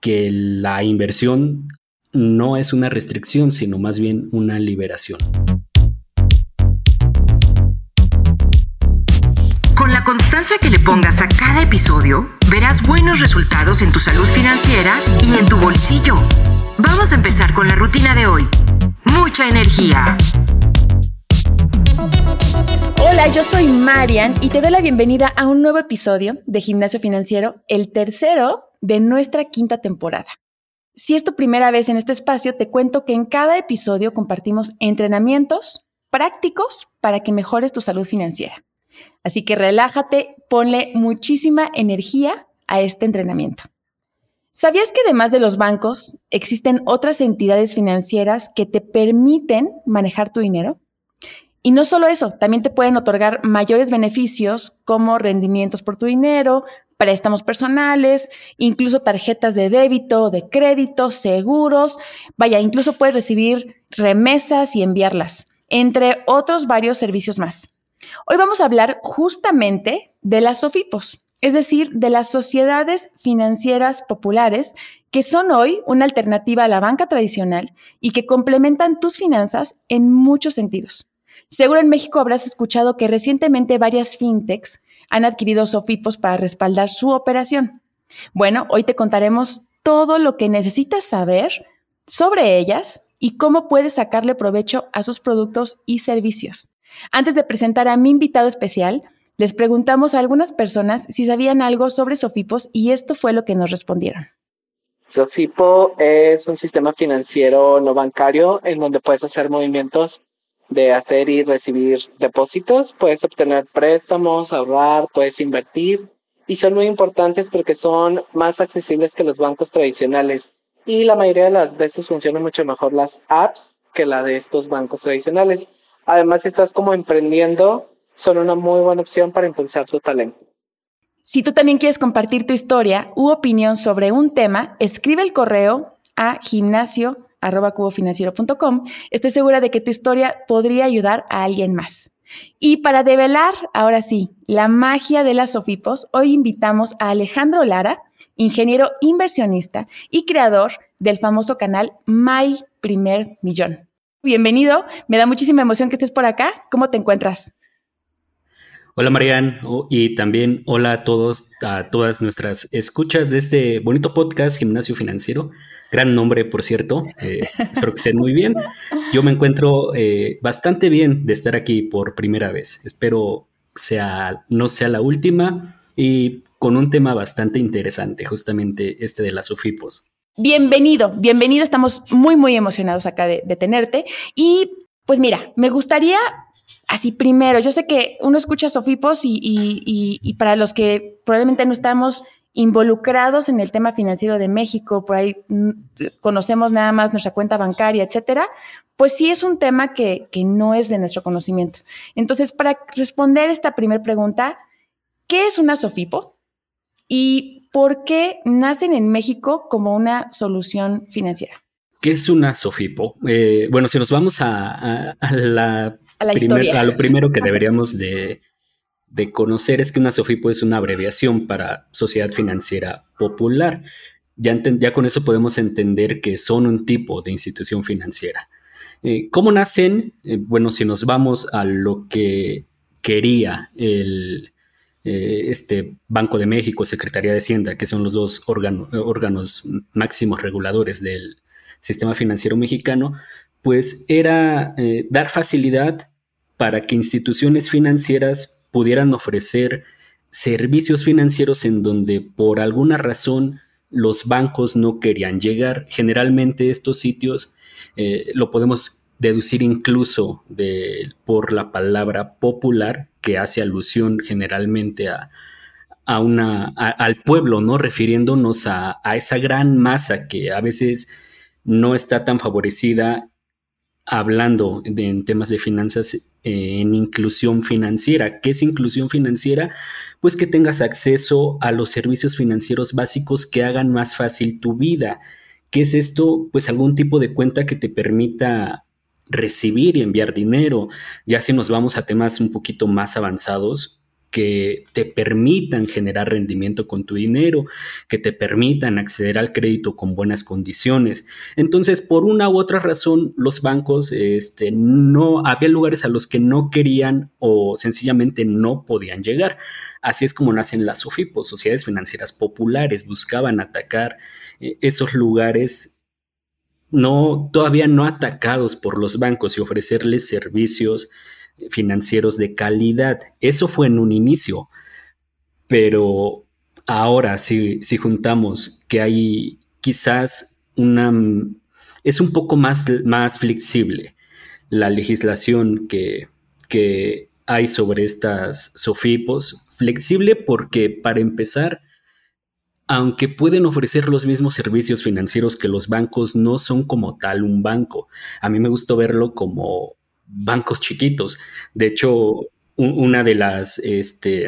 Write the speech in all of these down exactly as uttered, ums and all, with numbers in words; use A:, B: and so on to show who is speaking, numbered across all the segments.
A: que la inversión no es una restricción, sino más bien una liberación.
B: Con la constancia que le pongas a cada episodio, verás buenos resultados en tu salud financiera y en tu bolsillo. Vamos a empezar con la rutina de hoy. Mucha energía.
C: Hola, yo soy Marian y te doy la bienvenida a un nuevo episodio de Gimnasio Financiero, el tercero de nuestra quinta temporada. Si es tu primera vez en este espacio, te cuento que en cada episodio compartimos entrenamientos prácticos para que mejores tu salud financiera. Así que relájate, ponle muchísima energía a este entrenamiento. ¿Sabías que además de los bancos, existen otras entidades financieras que te permiten manejar tu dinero? Y no solo eso, también te pueden otorgar mayores beneficios como rendimientos por tu dinero, préstamos personales, incluso tarjetas de débito, de crédito, seguros. Vaya, incluso puedes recibir remesas y enviarlas, entre otros varios servicios más. Hoy vamos a hablar justamente de las SOFIPOS, es decir, de las sociedades financieras populares, que son hoy una alternativa a la banca tradicional y que complementan tus finanzas en muchos sentidos. Seguro en México habrás escuchado que recientemente varias fintechs han adquirido SOFIPOS para respaldar su operación. Bueno, hoy te contaremos todo lo que necesitas saber sobre ellas y cómo puedes sacarle provecho a sus productos y servicios. Antes de presentar a mi invitado especial, les preguntamos a algunas personas si sabían algo sobre SOFIPOS y esto fue lo que nos respondieron.
D: SOFIPO es un sistema financiero no bancario en donde puedes hacer movimientos de hacer y recibir depósitos, puedes obtener préstamos, ahorrar, puedes invertir y son muy importantes porque son más accesibles que los bancos tradicionales y la mayoría de las veces funcionan mucho mejor las apps que la de estos bancos tradicionales. Además, si estás como emprendiendo, son una muy buena opción para impulsar tu talento.
C: Si tú también quieres compartir tu historia u opinión sobre un tema, escribe el correo a gimnasio arroba cubofinanciero punto com. Estoy segura de que tu historia podría ayudar a alguien más. Y para develar, ahora sí, la magia de las SOFIPOS, hoy invitamos a Alejandro Lara, ingeniero inversionista y creador del famoso canal My Primer Millón. Bienvenido, me da muchísima emoción que estés por acá. ¿Cómo te encuentras?
A: Hola Marian, y también hola a todos, a todas nuestras escuchas de este bonito podcast Gimnasio Financiero. Gran nombre, por cierto. Eh, espero que estén muy bien. Yo me encuentro eh, bastante bien de estar aquí por primera vez. Espero sea, no sea la última y con un tema bastante interesante, justamente este de las SOFIPOS.
C: Bienvenido, bienvenido. Estamos muy, muy emocionados acá de, de tenerte. Y pues mira, me gustaría... Así primero, yo sé que uno escucha SOFIPOS y, y, y, y para los que probablemente no estamos involucrados en el tema financiero de México, por ahí mm, conocemos nada más nuestra cuenta bancaria, etcétera, pues sí es un tema que, que no es de nuestro conocimiento. Entonces, para responder esta primera pregunta, ¿qué es una SOFIPO? ¿Y por qué nacen en México como una solución financiera?
A: ¿Qué es una SOFIPO? Eh, bueno, si nos vamos a, a, a la...
C: A, la
A: primer, a lo primero que deberíamos de, de conocer es que una SOFIPO es una abreviación para Sociedad Financiera Popular. Ya, enten, ya con eso podemos entender que son un tipo de institución financiera. Eh, ¿Cómo nacen? Eh, bueno, si nos vamos a lo que quería el, eh, este Banco de México, Secretaría de Hacienda, que son los dos órgano, órganos máximos reguladores del sistema financiero mexicano, pues era eh, dar facilidad para que instituciones financieras pudieran ofrecer servicios financieros en donde por alguna razón los bancos no querían llegar. Generalmente estos sitios eh, lo podemos deducir incluso de, por la palabra popular, que hace alusión generalmente a, a una, a, al pueblo, ¿no? Refiriéndonos a, a esa gran masa que a veces no está tan favorecida hablando de, en temas de finanzas, eh, en inclusión financiera. ¿Qué es inclusión financiera? Pues que tengas acceso a los servicios financieros básicos que hagan más fácil tu vida. ¿Qué es esto? Pues algún tipo de cuenta que te permita recibir y enviar dinero. Ya si nos vamos a temas un poquito más avanzados, que te permitan generar rendimiento con tu dinero, que te permitan acceder al crédito con buenas condiciones. Entonces, por una u otra razón, los bancos, este, no, había lugares a los que no querían o sencillamente no podían llegar. Así es como nacen las SOFIPOS, sociedades financieras populares, buscaban atacar eh, esos lugares no, todavía no atacados por los bancos y ofrecerles servicios financieros de calidad. Eso fue en un inicio, pero ahora si, si juntamos que hay quizás una... es un poco más, más flexible la legislación que, que hay sobre estas SOFIPOS. Flexible porque, para empezar, aunque pueden ofrecer los mismos servicios financieros que los bancos, no son como tal un banco. A mí me gusta verlo como bancos chiquitos. De hecho, un, una de las, este,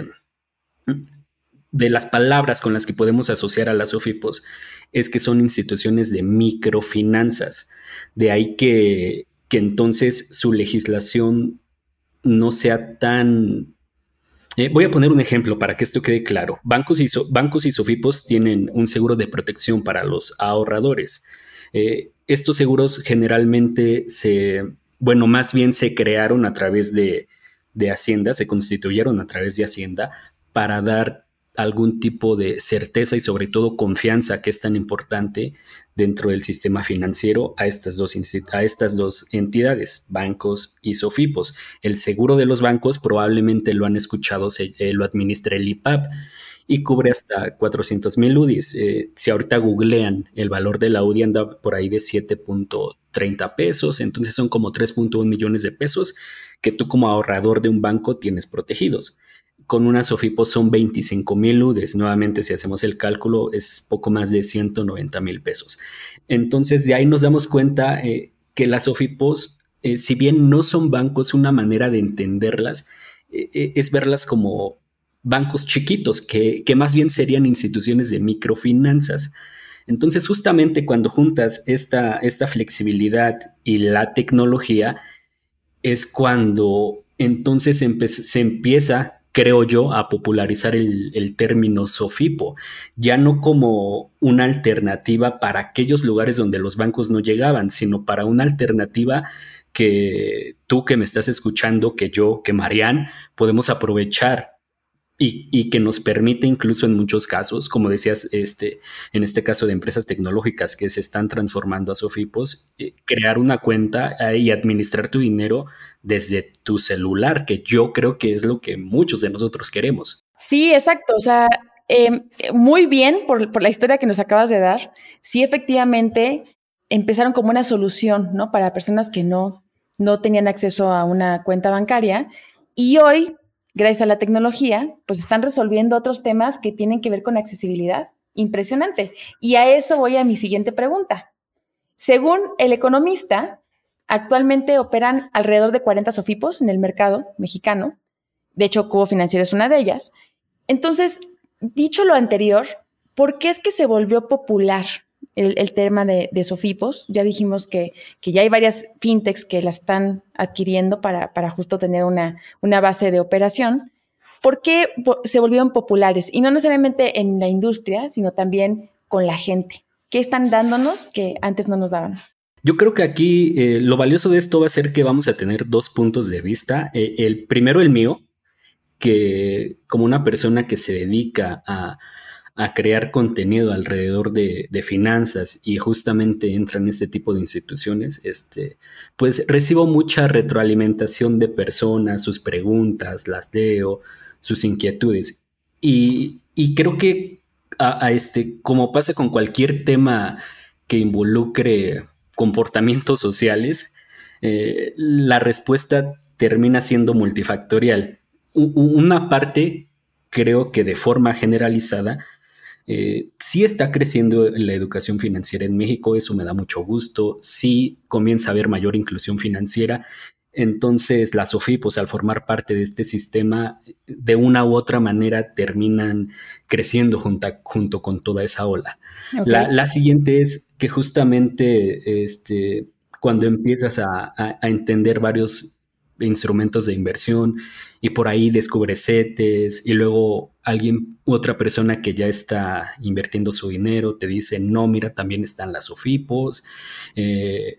A: de las palabras con las que podemos asociar a las SOFIPOS es que son instituciones de microfinanzas. De ahí que, que entonces su legislación no sea tan... Eh, voy a poner un ejemplo para que esto quede claro. Bancos y, so, bancos y SOFIPOS tienen un seguro de protección para los ahorradores. Eh, estos seguros generalmente se... Bueno, más bien se crearon a través de, de Hacienda, se constituyeron a través de Hacienda para dar algún tipo de certeza y sobre todo confianza, que es tan importante dentro del sistema financiero, a estas dos, a estas dos entidades, bancos y SOFIPOS. El seguro de los bancos, probablemente lo han escuchado, se, eh, lo administra el I P A P y cubre hasta cuatrocientos mil U D Is. Eh, si ahorita googlean, el valor de la U D I anda por ahí de siete punto treinta pesos, entonces son como tres punto uno millones de pesos que tú como ahorrador de un banco tienes protegidos. Con una SOFIPOS son veinticinco mil U D Is. Nuevamente, si hacemos el cálculo, es poco más de ciento noventa mil pesos. Entonces, de ahí nos damos cuenta eh, que las SOFIPOS, eh, si bien no son bancos, una manera de entenderlas eh, es verlas como bancos chiquitos, que, que más bien serían instituciones de microfinanzas. Entonces, justamente cuando juntas esta, esta flexibilidad y la tecnología, es cuando entonces empe- se empieza, creo yo, a popularizar el, el término SOFIPO, ya no como una alternativa para aquellos lugares donde los bancos no llegaban, sino para una alternativa que tú que me estás escuchando, que yo, que Marian, podemos aprovechar. Y, y que nos permite incluso en muchos casos, como decías, este, en este caso de empresas tecnológicas que se están transformando a SOFIPOS, eh, crear una cuenta eh, y administrar tu dinero desde tu celular, que yo creo que es lo que muchos de nosotros queremos.
C: Sí, exacto. O sea, eh, muy bien por, por la historia que nos acabas de dar. Sí, efectivamente, empezaron como una solución, ¿no? Para personas que no, no tenían acceso a una cuenta bancaria. Y hoy, gracias a la tecnología, pues están resolviendo otros temas que tienen que ver con accesibilidad. Impresionante. Y a eso voy a mi siguiente pregunta. Según El Economista, actualmente operan alrededor de cuarenta SOFIPOS en el mercado mexicano. De hecho, Cubo Financiero es una de ellas. Entonces, dicho lo anterior, ¿por qué es que se volvió popular el, el tema de, de SOFIPOS? Ya dijimos que, que ya hay varias fintechs que la están adquiriendo para, para justo tener una, una base de operación. ¿Por qué se volvieron populares? Y no necesariamente en la industria, sino también con la gente. ¿Qué están dándonos que antes no nos daban?
A: Yo creo que aquí eh, lo valioso de esto va a ser que vamos a tener dos puntos de vista. Eh, el primero, el mío, que como una persona que se dedica a, a crear contenido alrededor de, de finanzas y justamente entra en este tipo de instituciones, este, pues recibo mucha retroalimentación de personas, sus preguntas, las leo, sus inquietudes. Y, y creo que a, a este, como pasa con cualquier tema que involucre comportamientos sociales, eh, la respuesta termina siendo multifactorial. U- una parte, creo que de forma generalizada, eh, sí está creciendo la educación financiera en México, eso me da mucho gusto, sí comienza a haber mayor inclusión financiera. Entonces las SOFIPOS, al formar parte de este sistema, de una u otra manera terminan creciendo junto, junto con toda esa ola. Okay. La, la siguiente es que justamente este, cuando empiezas a, a, a entender varios instrumentos de inversión y por ahí descubre CETES y luego alguien, otra persona que ya está invirtiendo su dinero te dice, no, mira, también están las SOFIPOS. Eh,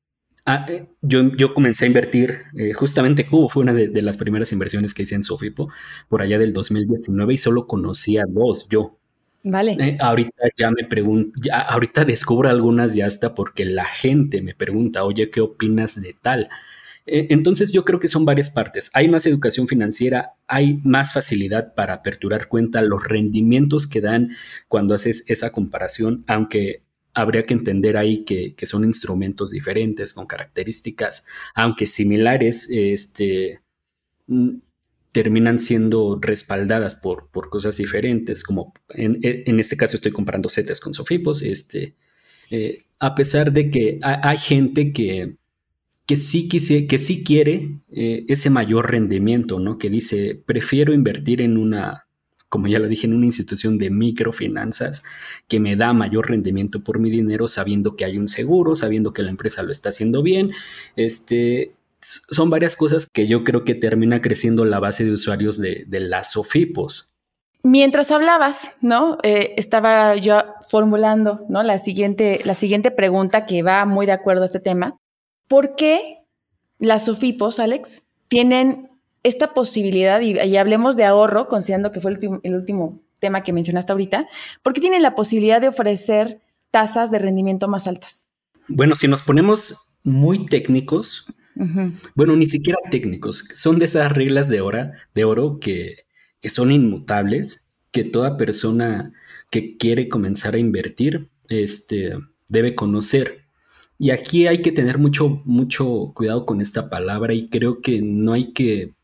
A: ah, eh, yo, yo comencé a invertir, eh, justamente Cubo fue una de, de las primeras inversiones que hice en SOFIPO por allá del dos mil diecinueve y solo conocía dos yo.
C: Vale.
A: Eh, ahorita ya me pregunto, ya, ahorita descubro algunas ya hasta porque la gente me pregunta, oye, ¿qué opinas de tal? Eh, entonces yo creo que son varias partes. Hay más educación financiera, hay más facilidad para aperturar cuenta, los rendimientos que dan cuando haces esa comparación, aunque habría que entender ahí que, que son instrumentos diferentes, con características, aunque similares, este... mm, terminan siendo respaldadas por, por cosas diferentes, como en, en este caso estoy comparando CETES con SOFIPOS, este, eh, a pesar de que hay, hay gente que, que, sí quise, que sí quiere eh, ese mayor rendimiento, ¿no? Que dice, prefiero invertir en una, como ya lo dije, en una institución de microfinanzas que me da mayor rendimiento por mi dinero, sabiendo que hay un seguro, sabiendo que la empresa lo está haciendo bien, este... Son varias cosas que yo creo que termina creciendo la base de usuarios de, de las SOFIPOS.
C: Mientras hablabas, ¿no? Eh, estaba yo formulando, ¿no? La siguiente, la siguiente pregunta que va muy de acuerdo a este tema. ¿Por qué las SOFIPOS, Alex, tienen esta posibilidad, y, y hablemos de ahorro, considerando que fue el último, el último tema que mencionaste ahorita, ¿por qué tienen la posibilidad de ofrecer tasas de rendimiento más altas?
A: Bueno, si nos ponemos muy técnicos,
C: Uh-huh.
A: Bueno, ni siquiera técnicos, son de esas reglas de, hora, de oro que, que son inmutables, que toda persona que quiere comenzar a invertir este, debe conocer. Y aquí hay que tener mucho, mucho cuidado con esta palabra y creo que no hay que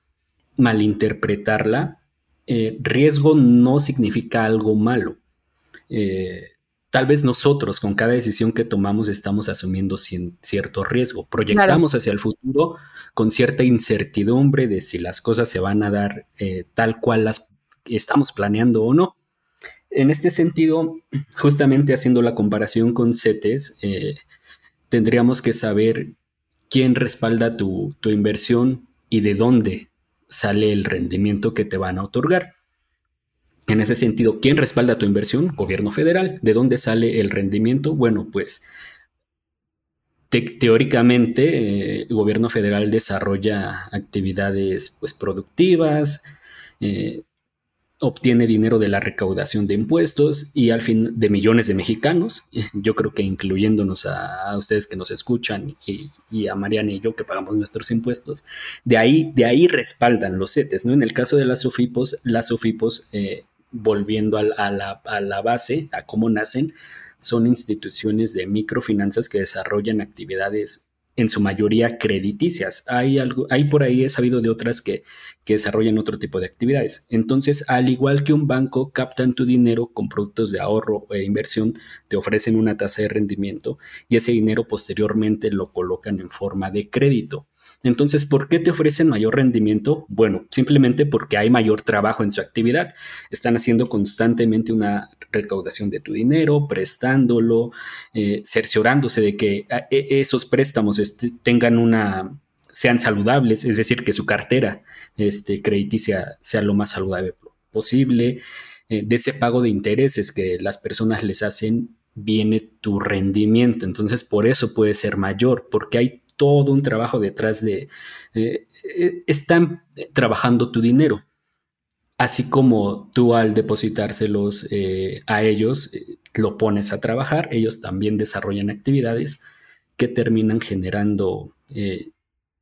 A: malinterpretarla. Eh, riesgo no significa algo malo. Eh, Tal vez nosotros con cada decisión que tomamos estamos asumiendo cierto riesgo. Proyectamos claro. hacia el futuro con cierta incertidumbre de si las cosas se van a dar eh, tal cual las estamos planeando o no. En este sentido, justamente haciendo la comparación con CETES, eh, tendríamos que saber quién respalda tu, tu inversión y de dónde sale el rendimiento que te van a otorgar. En ese sentido, ¿quién respalda tu inversión? Gobierno federal. ¿De dónde sale el rendimiento? Bueno, pues te teóricamente eh, el gobierno federal desarrolla actividades pues, productivas, eh, obtiene dinero de la recaudación de impuestos y al fin de millones de mexicanos, yo creo que incluyéndonos a, a ustedes que nos escuchan y, y a Mariana y yo que pagamos nuestros impuestos, de ahí, de ahí respaldan los CETES, ¿no? En el caso de las SOFIPOS, las SOFIPOS eh, volviendo a, a, la, a la base, a cómo nacen, son instituciones de microfinanzas que desarrollan actividades en su mayoría crediticias. Hay, algo, hay por ahí, he sabido de otras que, que desarrollan otro tipo de actividades. Entonces, al igual que un banco, captan tu dinero con productos de ahorro e inversión, te ofrecen una tasa de rendimiento y ese dinero posteriormente lo colocan en forma de crédito. Entonces, ¿por qué te ofrecen mayor rendimiento? Bueno, simplemente porque hay mayor trabajo en su actividad. Están haciendo constantemente una recaudación de tu dinero, prestándolo, eh, cerciorándose de que eh, esos préstamos este, tengan una, sean saludables, es decir, que su cartera este, crediticia sea lo más saludable posible. Eh, de ese pago de intereses que las personas les hacen, viene tu rendimiento. Entonces, por eso puede ser mayor, porque hay todo un trabajo detrás de... Eh, eh, están trabajando tu dinero. Así como tú al depositárselos eh, a ellos, eh, lo pones a trabajar, ellos también desarrollan actividades que terminan generando eh,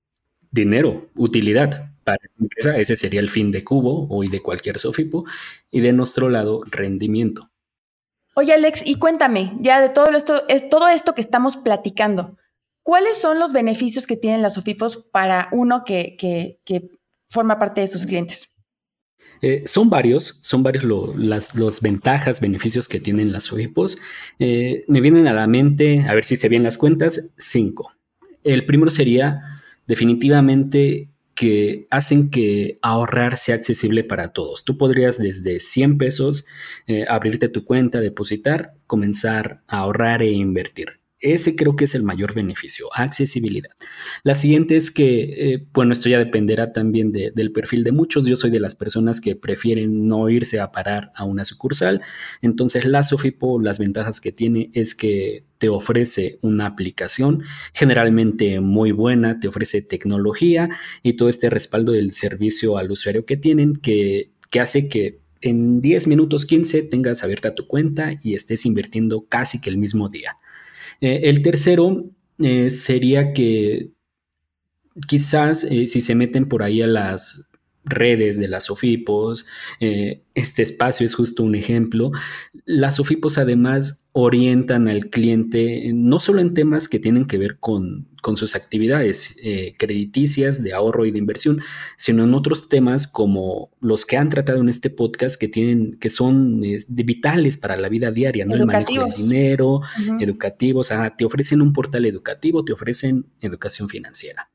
A: dinero, utilidad para la empresa. Ese sería el fin de Cubo o de cualquier SOFIPO. Y de nuestro lado, rendimiento.
C: Oye, Alex, y cuéntame, ya de todo esto, todo esto que estamos platicando, ¿cuáles son los beneficios que tienen las SOFIPOS para uno que, que, que forma parte de sus clientes?
A: Eh, son varios, son varios lo, las los ventajas, beneficios que tienen las SOFIPOS. Eh, me vienen a la mente, a ver si se ven las cuentas, cinco. El primero sería definitivamente que hacen que ahorrar sea accesible para todos. Tú podrías desde cien pesos eh, abrirte tu cuenta, depositar, comenzar a ahorrar e invertir. ese creo que es el mayor beneficio, accesibilidad. La siguiente es que, eh, bueno, esto ya dependerá también de, del perfil de muchos. Yo soy de las personas que prefieren no irse a parar a una sucursal. Entonces, la Sofipo, las ventajas que tiene es que te ofrece una aplicación generalmente muy buena, te ofrece tecnología y todo este respaldo del servicio al usuario que tienen, que, que hace que en diez minutos, quince, tengas abierta tu cuenta y estés invirtiendo casi que el mismo día. Eh, el tercero eh, sería que quizás eh, si se meten por ahí a las redes de las Sofipos, eh, este espacio es justo un ejemplo. Las Sofipos además orientan al cliente no solo en temas que tienen que ver con, con sus actividades eh, crediticias de ahorro y de inversión, sino en otros temas como los que han tratado en este podcast que tienen, que son eh, vitales para la vida diaria, ¿no? El manejo del dinero, uh-huh. educativos, ah, te ofrecen un portal educativo, te ofrecen educación financiera.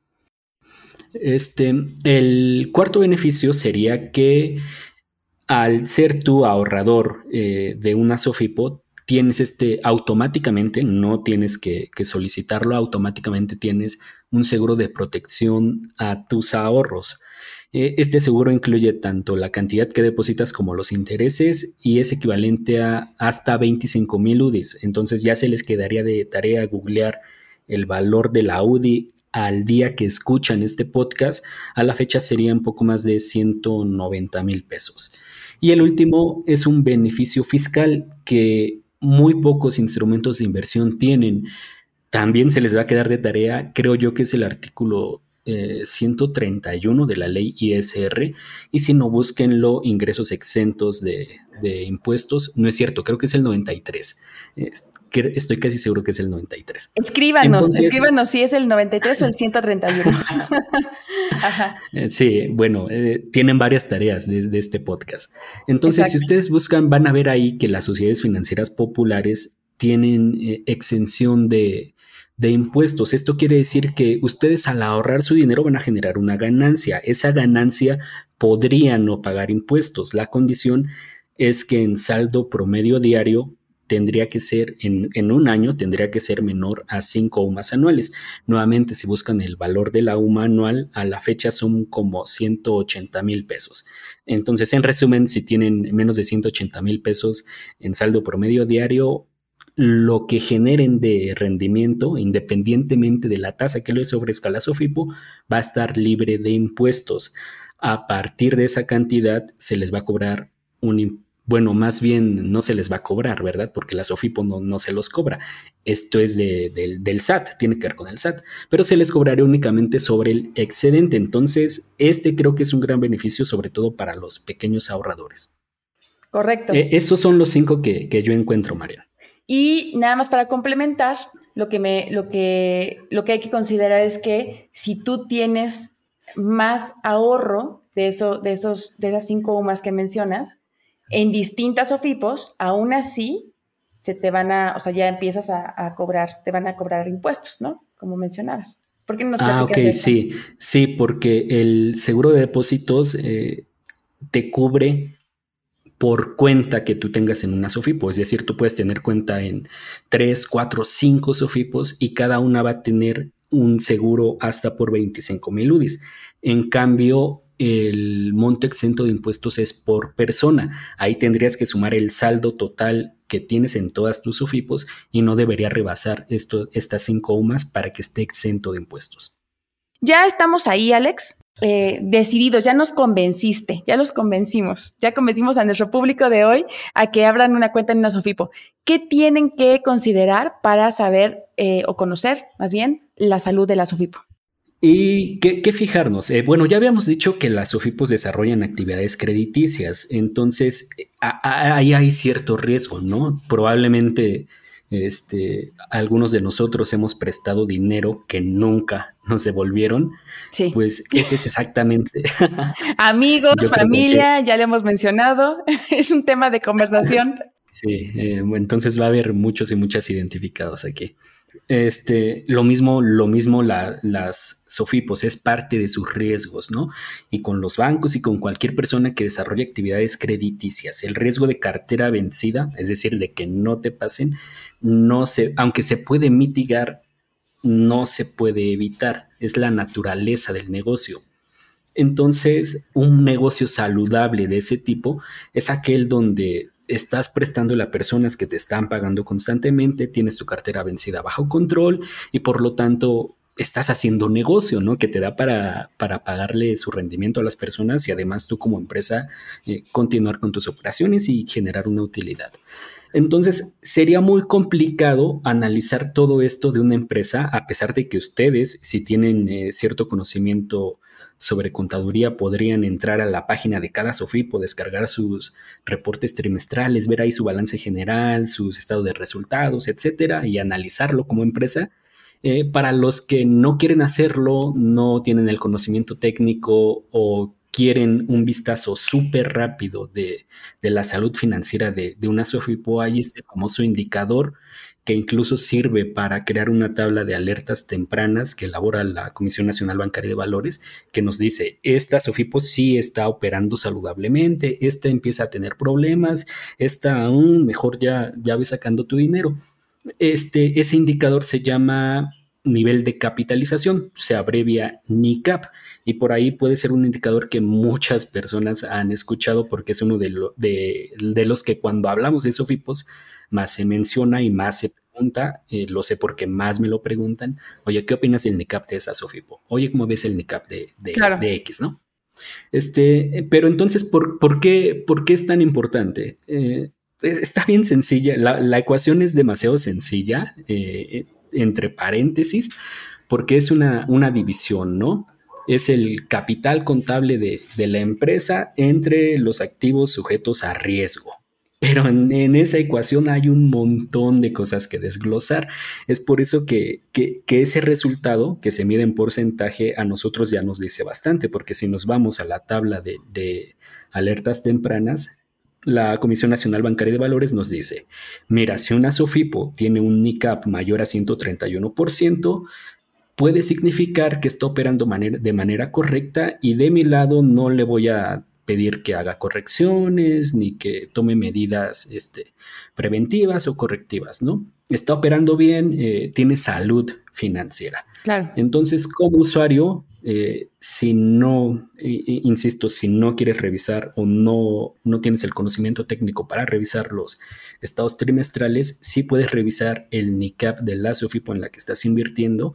A: Este, el cuarto beneficio sería que al ser tú ahorrador eh, de una Sofipo, tienes este automáticamente, no tienes que, que solicitarlo, automáticamente tienes un seguro de protección a tus ahorros. Eh, este seguro incluye tanto la cantidad que depositas como los intereses y es equivalente a hasta veinticinco mil U D Is. Entonces ya se les quedaría de tarea googlear el valor de la U D I al día que escuchan este podcast. A la fecha sería un poco más de ciento noventa mil pesos. Y el último es un beneficio fiscal que muy pocos instrumentos de inversión tienen. También se les va a quedar de tarea, creo yo que es el artículo eh, ciento treinta y uno de la ley I S R, y si no, búsquenlo, ingresos exentos de, de impuestos. No es cierto, creo que es el noventa y tres. Estoy casi seguro que es el noventa y tres.
C: Escríbanos, Entonces, escríbanos si es el noventa y tres o el ciento treinta y uno. Ajá.
A: Sí, bueno, eh, tienen varias tareas de, de este podcast. Entonces, Exacto. Si ustedes buscan, van a ver ahí que las sociedades financieras populares tienen eh, exención de, de impuestos. Esto quiere decir que ustedes al ahorrar su dinero van a generar una ganancia. Esa ganancia podría no pagar impuestos. La condición es que en saldo promedio diario tendría que ser, en, en un año, tendría que ser menor a cinco U M As anuales. Nuevamente, si buscan el valor de la U M A anual, a la fecha son como ciento ochenta mil pesos. Entonces, en resumen, si tienen menos de ciento ochenta mil pesos en saldo promedio diario, lo que generen de rendimiento, independientemente de la tasa que les ofrezca la Sofipo, va a estar libre de impuestos. A partir de esa cantidad, se les va a cobrar un impuesto. Bueno, más bien no se les va a cobrar, ¿verdad? Porque la Sofipo no, no se los cobra. Esto es de, de, del S A T, tiene que ver con el S A T, pero se les cobraría únicamente sobre el excedente. Entonces, este creo que es un gran beneficio, sobre todo para los pequeños ahorradores.
C: Correcto.
A: Eh, esos son los cinco que, que yo encuentro, Mariana.
C: Y nada más para complementar, lo que, me, lo, que, lo que hay que considerar es que si tú tienes más ahorro de, eso, de, esos, de esas cinco U M As que mencionas, en distintas Sofipos, aún así, se te van a, o sea, ya empiezas a, a cobrar, te van a cobrar impuestos, ¿no? Como mencionabas. ¿Por qué no nos
A: Ah, ok, sí, sí, porque el seguro de depósitos eh, te cubre por cuenta que tú tengas en una Sofipo. Es decir, tú puedes tener cuenta en tres, cuatro, cinco Sofipos y cada una va a tener un seguro hasta por veinticinco mil U D Is. En cambio, el monto exento de impuestos es por persona. Ahí tendrías que sumar el saldo total que tienes en todas tus Sofipos y no debería rebasar esto, estas cinco U M As para que esté exento de impuestos.
C: Ya estamos ahí, Alex, eh, decididos, ya nos convenciste, ya los convencimos, ya convencimos a nuestro público de hoy a que abran una cuenta en una Sofipo. ¿Qué tienen que considerar para saber eh, o conocer, más bien, la salud de la Sofipo?
A: ¿Y qué, qué fijarnos? Eh, bueno, ya habíamos dicho que las Sofipos desarrollan actividades crediticias, entonces ahí hay cierto riesgo, ¿no? Probablemente este, algunos de nosotros hemos prestado dinero que nunca nos devolvieron.
C: Sí.
A: Pues ese es exactamente.
C: Amigos, familia, que... ya le hemos mencionado, es un tema de conversación.
A: Sí, eh, entonces va a haber muchos y muchas identificados aquí. Este, lo mismo, lo mismo la, las SOFIPOS, es parte de sus riesgos, ¿no? Y con los bancos y con cualquier persona que desarrolle actividades crediticias, el riesgo de cartera vencida, es decir, de que no te pasen, no se, aunque se puede mitigar, no se puede evitar, es la naturaleza del negocio. Entonces, un negocio saludable de ese tipo es aquel donde estás prestando a personas que te están pagando constantemente, tienes tu cartera vencida bajo control y por lo tanto estás haciendo negocio, ¿no? Que te da para, para pagarle su rendimiento a las personas y además tú como empresa eh, continuar con tus operaciones y generar una utilidad. Entonces, sería muy complicado analizar todo esto de una empresa, a pesar de que ustedes, si tienen eh, cierto conocimiento sobre contaduría, podrían entrar a la página de cada SOFIPO, descargar sus reportes trimestrales, ver ahí su balance general, sus estados de resultados, etcétera, y analizarlo como empresa. Eh, para los que no quieren hacerlo, no tienen el conocimiento técnico o quieren un vistazo súper rápido de, de la salud financiera de, de una SOFIPO, hay este famoso indicador que incluso sirve para crear una tabla de alertas tempranas que elabora la Comisión Nacional Bancaria de Valores, que nos dice, esta SOFIPO sí está operando saludablemente, esta empieza a tener problemas, esta aún mejor ya, ya ve sacando tu dinero. Este, ese indicador se llama nivel de capitalización, se abrevia N I C A P, y por ahí puede ser un indicador que muchas personas han escuchado porque es uno de, lo, de, de los que cuando hablamos de SOFIPOS más se menciona y más se pregunta, eh, lo sé porque más me lo preguntan, oye, ¿qué opinas del N I C A P de esa SOFIPO? Oye, ¿cómo ves el N I C A P de, de,
C: claro.
A: de X, no? Este, pero entonces, ¿por, por, qué, ¿por qué es tan importante? Eh, está bien sencilla, la, la ecuación es demasiado sencilla, eh, entre paréntesis, porque es una, una división, ¿no? Es el capital contable de, de la empresa entre los activos sujetos a riesgo. Pero en, en esa ecuación hay un montón de cosas que desglosar. Es por eso que, que, que ese resultado que se mide en porcentaje a nosotros ya nos dice bastante, porque si nos vamos a la tabla de, de alertas tempranas, la Comisión Nacional Bancaria de Valores nos dice, mira, si una SOFIPO tiene un N I C A P mayor a ciento treinta y uno por ciento, puede significar que está operando manera, de manera correcta y de mi lado no le voy a pedir que haga correcciones ni que tome medidas este, preventivas o correctivas, ¿no? Está operando bien, eh, tiene salud financiera.
C: Claro.
A: Entonces, como usuario, eh, si no, eh, insisto, si no quieres revisar o no, no tienes el conocimiento técnico para revisar los estados trimestrales, sí puedes revisar el N I C A P de la SOFIPO en la que estás invirtiendo.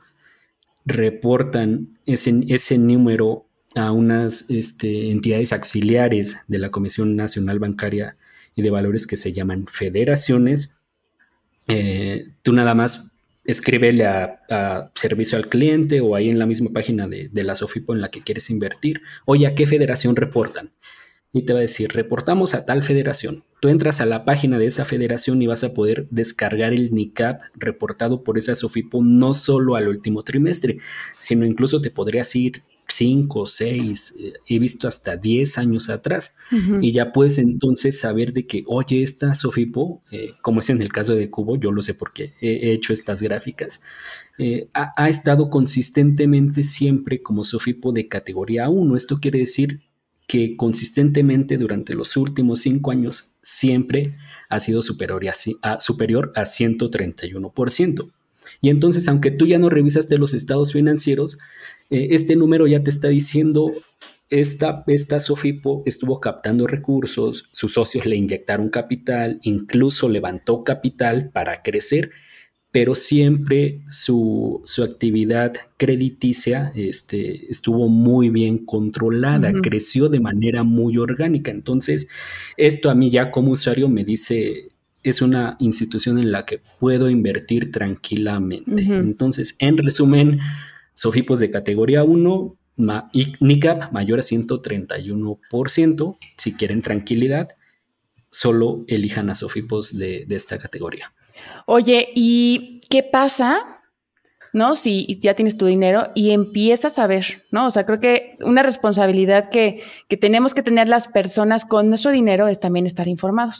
A: Reportan ese, ese número a unas este, entidades auxiliares de la Comisión Nacional Bancaria y de Valores que se llaman federaciones. Eh, tú nada más escríbele a, a servicio al cliente o ahí en la misma página de, de la SOFIPO en la que quieres invertir, oye, ¿a qué federación reportan? Y te va a decir, reportamos a tal federación. Tú entras a la página de esa federación y vas a poder descargar el N I C A P reportado por esa SOFIPO no solo al último trimestre, sino incluso te podrías ir cinco, seis, eh, he visto hasta diez años atrás. Uh-huh. Y ya puedes entonces saber de que, oye, esta SOFIPO, eh, como es en el caso de Cubo, yo lo sé porque he, he hecho estas gráficas, eh, ha, ha estado consistentemente siempre como SOFIPO de categoría uno. Esto quiere decir que consistentemente durante los últimos cinco años siempre ha sido superior a, a, superior a ciento treinta y uno por ciento. Y entonces, aunque tú ya no revisaste los estados financieros, eh, este número ya te está diciendo, esta, esta SOFIPO estuvo captando recursos, sus socios le inyectaron capital, incluso levantó capital para crecer, pero siempre su, su actividad crediticia este, estuvo muy bien controlada, uh-huh. creció de manera muy orgánica. Entonces, esto a mí ya como usuario me dice, es una institución en la que puedo invertir tranquilamente. Uh-huh. Entonces, en resumen, SOFIPOS de categoría uno, ma- y N I C A P mayor a ciento treinta y uno por ciento. Si quieren tranquilidad, solo elijan a SOFIPOS de, de esta categoría.
C: Oye, ¿y qué pasa, no? Si ya tienes tu dinero y empiezas a ver, ¿no? O sea, creo que una responsabilidad que, que tenemos que tener las personas con nuestro dinero es también estar informados, ¿no?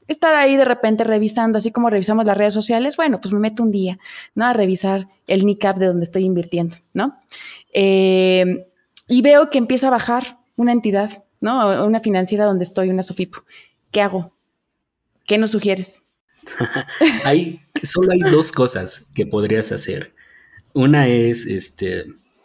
C: estar ahí de repente revisando, así como revisamos las redes sociales, bueno, pues me meto un día, ¿no? A revisar el N I C A P de donde estoy invirtiendo, ¿no? Eh, y veo que empieza a bajar una entidad, ¿no? Una financiera donde estoy, una Sofipo. ¿Qué hago? ¿Qué nos sugieres?
A: hay, solo hay dos cosas que podrías hacer. Una es, este,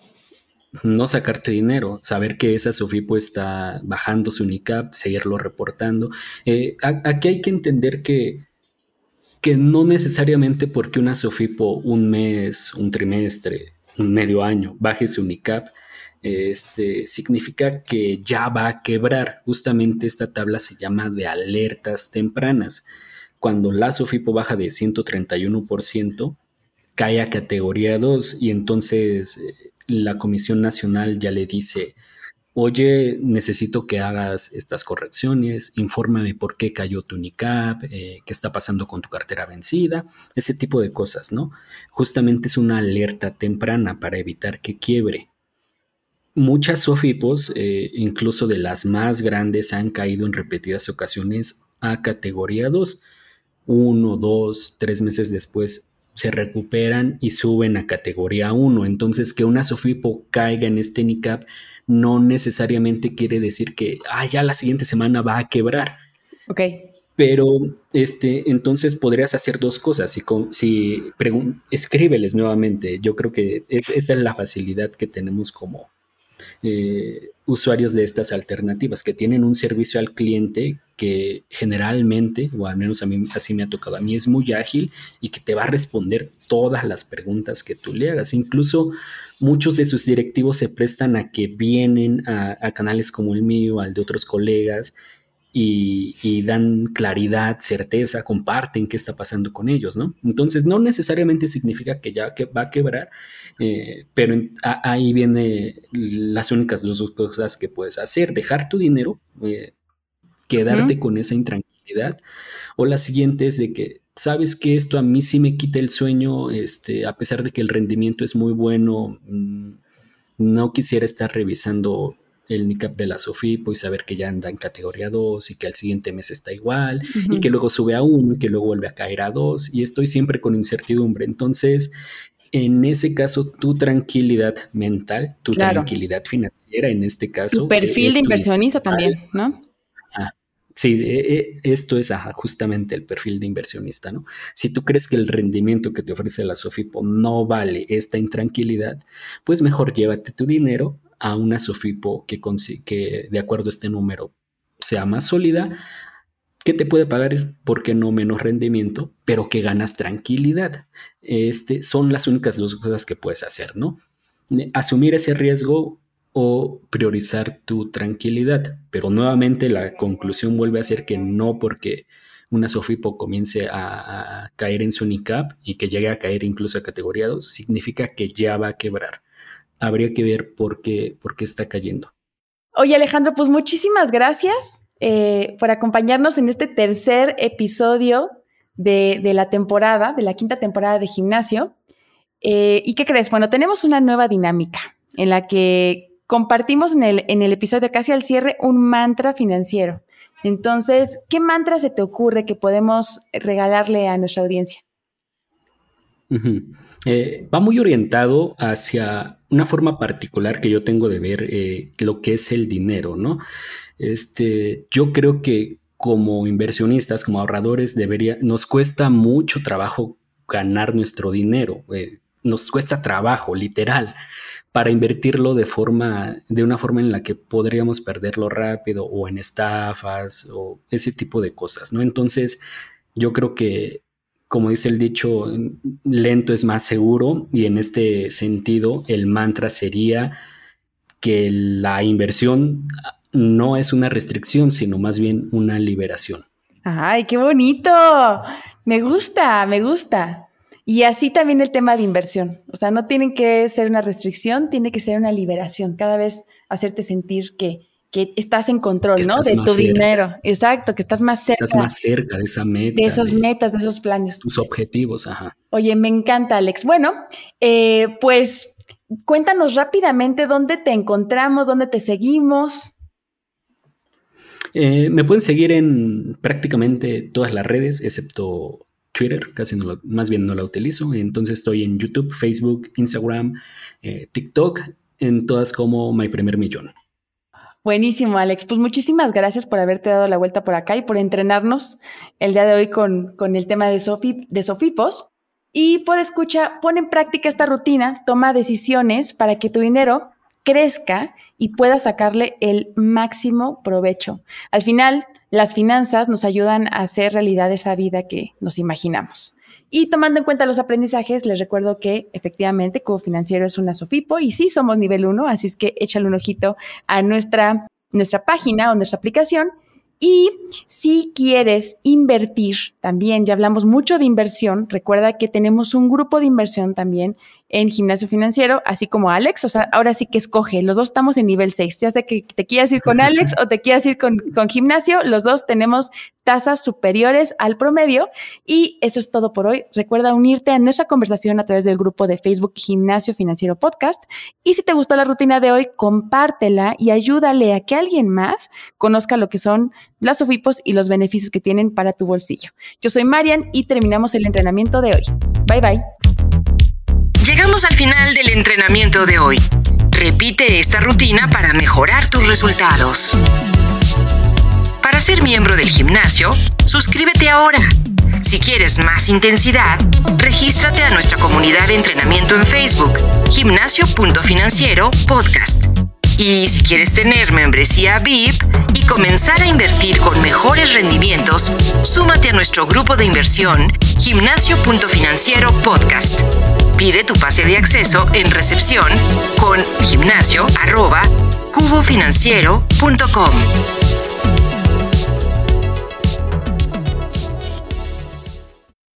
A: no sacarte dinero, saber que esa Sofipo está bajando su N I C A P, seguirlo reportando. Eh, a, aquí hay que entender que, que no necesariamente porque una Sofipo un mes, un trimestre, un medio año baje su N I C A P, este, significa que ya va a quebrar. Justamente esta tabla se llama de alertas tempranas. Cuando la Sofipo baja de ciento treinta y uno por ciento, cae a categoría dos y entonces eh, la Comisión Nacional ya le dice, oye, necesito que hagas estas correcciones, infórmame por qué cayó tu N I C A P, eh, qué está pasando con tu cartera vencida, ese tipo de cosas, ¿no? Justamente es una alerta temprana para evitar que quiebre. Muchas Sofipos, eh, incluso de las más grandes, han caído en repetidas ocasiones a categoría dos. Uno, dos, tres meses después se recuperan y suben a categoría uno. Entonces, que una Sofipo caiga en este N I C A P no necesariamente quiere decir que ah, ya la siguiente semana va a quebrar.
C: Ok.
A: Pero este, entonces podrías hacer dos cosas. Si, si pregun- escríbeles nuevamente. Yo creo que es, esa es la facilidad que tenemos como eh, usuarios de estas alternativas, que tienen un servicio al cliente que generalmente, o al menos a mí así me ha tocado, a mí es muy ágil y que te va a responder todas las preguntas que tú le hagas. Incluso muchos de sus directivos se prestan a que vienen a, a canales como el mío, al de otros colegas, y, y dan claridad, certeza, comparten qué está pasando con ellos, ¿no? Entonces, no necesariamente significa que ya que va a quebrar, eh, pero en, a, ahí vienen las únicas dos cosas que puedes hacer: dejar tu dinero, eh, quedarte uh-huh. con esa intranquilidad, o la siguiente es de que, ¿sabes que esto a mí sí me quita el sueño? Este, a pesar de que el rendimiento es muy bueno, mmm, no quisiera estar revisando el N I C A P de la Sofipo y saber que ya anda en categoría dos y que al siguiente mes está igual, uh-huh. y que luego sube a uno y que luego vuelve a caer a dos, y estoy siempre con incertidumbre. Entonces, en ese caso, tu tranquilidad mental, tu claro. tranquilidad financiera, en este caso.
C: Tu perfil eh, de inversionista también, ¿no?
A: Ah, sí, eh, esto es ajá, justamente el perfil de inversionista, ¿no? Si tú crees que el rendimiento que te ofrece la Sofipo no vale esta intranquilidad, pues mejor llévate tu dinero a una Sofipo que, que de acuerdo a este número sea más sólida, que te puede pagar, ¿por qué no menos rendimiento? Pero que ganas tranquilidad. Este, son las únicas dos cosas que puedes hacer, ¿no? Asumir ese riesgo o priorizar tu tranquilidad. Pero nuevamente la conclusión vuelve a ser que no porque una Sofipo comience a, a caer en su N I C A P y que llegue a caer incluso a categoría dos, significa que ya va a quebrar. Habría que ver por qué, por qué está cayendo.
C: Oye, Alejandro, pues muchísimas gracias eh, por acompañarnos en este tercer episodio de, de la temporada, de la quinta temporada de Gimnasio. Eh, ¿Y qué crees? Bueno, tenemos una nueva dinámica en la que compartimos en el, en el episodio casi al cierre un mantra financiero. Entonces, ¿qué mantra se te ocurre que podemos regalarle a nuestra audiencia?
A: Uh-huh. Eh, va muy orientado hacia una forma particular que yo tengo de ver eh, lo que es el dinero, ¿no? Este, yo creo que como inversionistas, como ahorradores, debería, nos cuesta mucho trabajo ganar nuestro dinero. Eh, nos cuesta trabajo, literal, para invertirlo de forma, de una forma en la que podríamos perderlo rápido, o en estafas, o ese tipo de cosas, ¿no? Entonces, yo creo que, como dice el dicho, lento es más seguro, y en este sentido el mantra sería que la inversión no es una restricción, sino más bien una liberación.
C: ¡Ay, qué bonito! Me gusta, me gusta. Y así también el tema de inversión. O sea, no tiene que ser una restricción, tiene que ser una liberación. Cada vez hacerte sentir que, que estás en control, ¿no? De tu cerca. dinero. Exacto, que estás más cerca.
A: Estás más cerca de esa meta.
C: De esas de metas, de esos planes.
A: Tus objetivos, ajá.
C: Oye, me encanta, Alex. Bueno, eh, pues cuéntanos rápidamente dónde te encontramos, dónde te seguimos.
A: Eh, me pueden seguir en prácticamente todas las redes, excepto Twitter, casi no lo, más bien no la utilizo. Entonces estoy en YouTube, Facebook, Instagram, eh, TikTok, en todas como My Primer Millón.
C: Buenísimo, Alex. Pues muchísimas gracias por haberte dado la vuelta por acá y por entrenarnos el día de hoy con, con el tema de, Sofi, de Sofipos. Y podescucha, pon en práctica esta rutina, toma decisiones para que tu dinero crezca y puedas sacarle el máximo provecho. Al final, las finanzas nos ayudan a hacer realidad esa vida que nos imaginamos. Y tomando en cuenta los aprendizajes, les recuerdo que efectivamente Cubo Financiero es una Sofipo y sí somos nivel uno, así es que échale un ojito a nuestra, nuestra página o nuestra aplicación. Y si quieres invertir, también ya hablamos mucho de inversión, recuerda que tenemos un grupo de inversión también en Gimnasio Financiero, así como Alex, o sea, ahora sí que escoge, los dos estamos en nivel seis, ya sea que te quieras ir con Alex o te quieras ir con, con Gimnasio, los dos tenemos tasas superiores al promedio y eso es todo por hoy. Recuerda unirte a nuestra conversación a través del grupo de Facebook Gimnasio Financiero Podcast y si te gustó la rutina de hoy, compártela y ayúdale a que alguien más conozca lo que son las Sofipos y los beneficios que tienen para tu bolsillo. Yo soy Marian y terminamos el entrenamiento de hoy. Bye, bye.
B: Llegamos al final del entrenamiento de hoy. Repite esta rutina para mejorar tus resultados. Para ser miembro del gimnasio, suscríbete ahora. Si quieres más intensidad, regístrate a nuestra comunidad de entrenamiento en Facebook, Gimnasio punto Financiero Podcast. Y si quieres tener membresía V I P y comenzar a invertir con mejores rendimientos, súmate a nuestro grupo de inversión, Gimnasio punto Financiero Podcast. Pide tu pase de acceso en recepción con gimnasio arroba cubofinanciero punto com.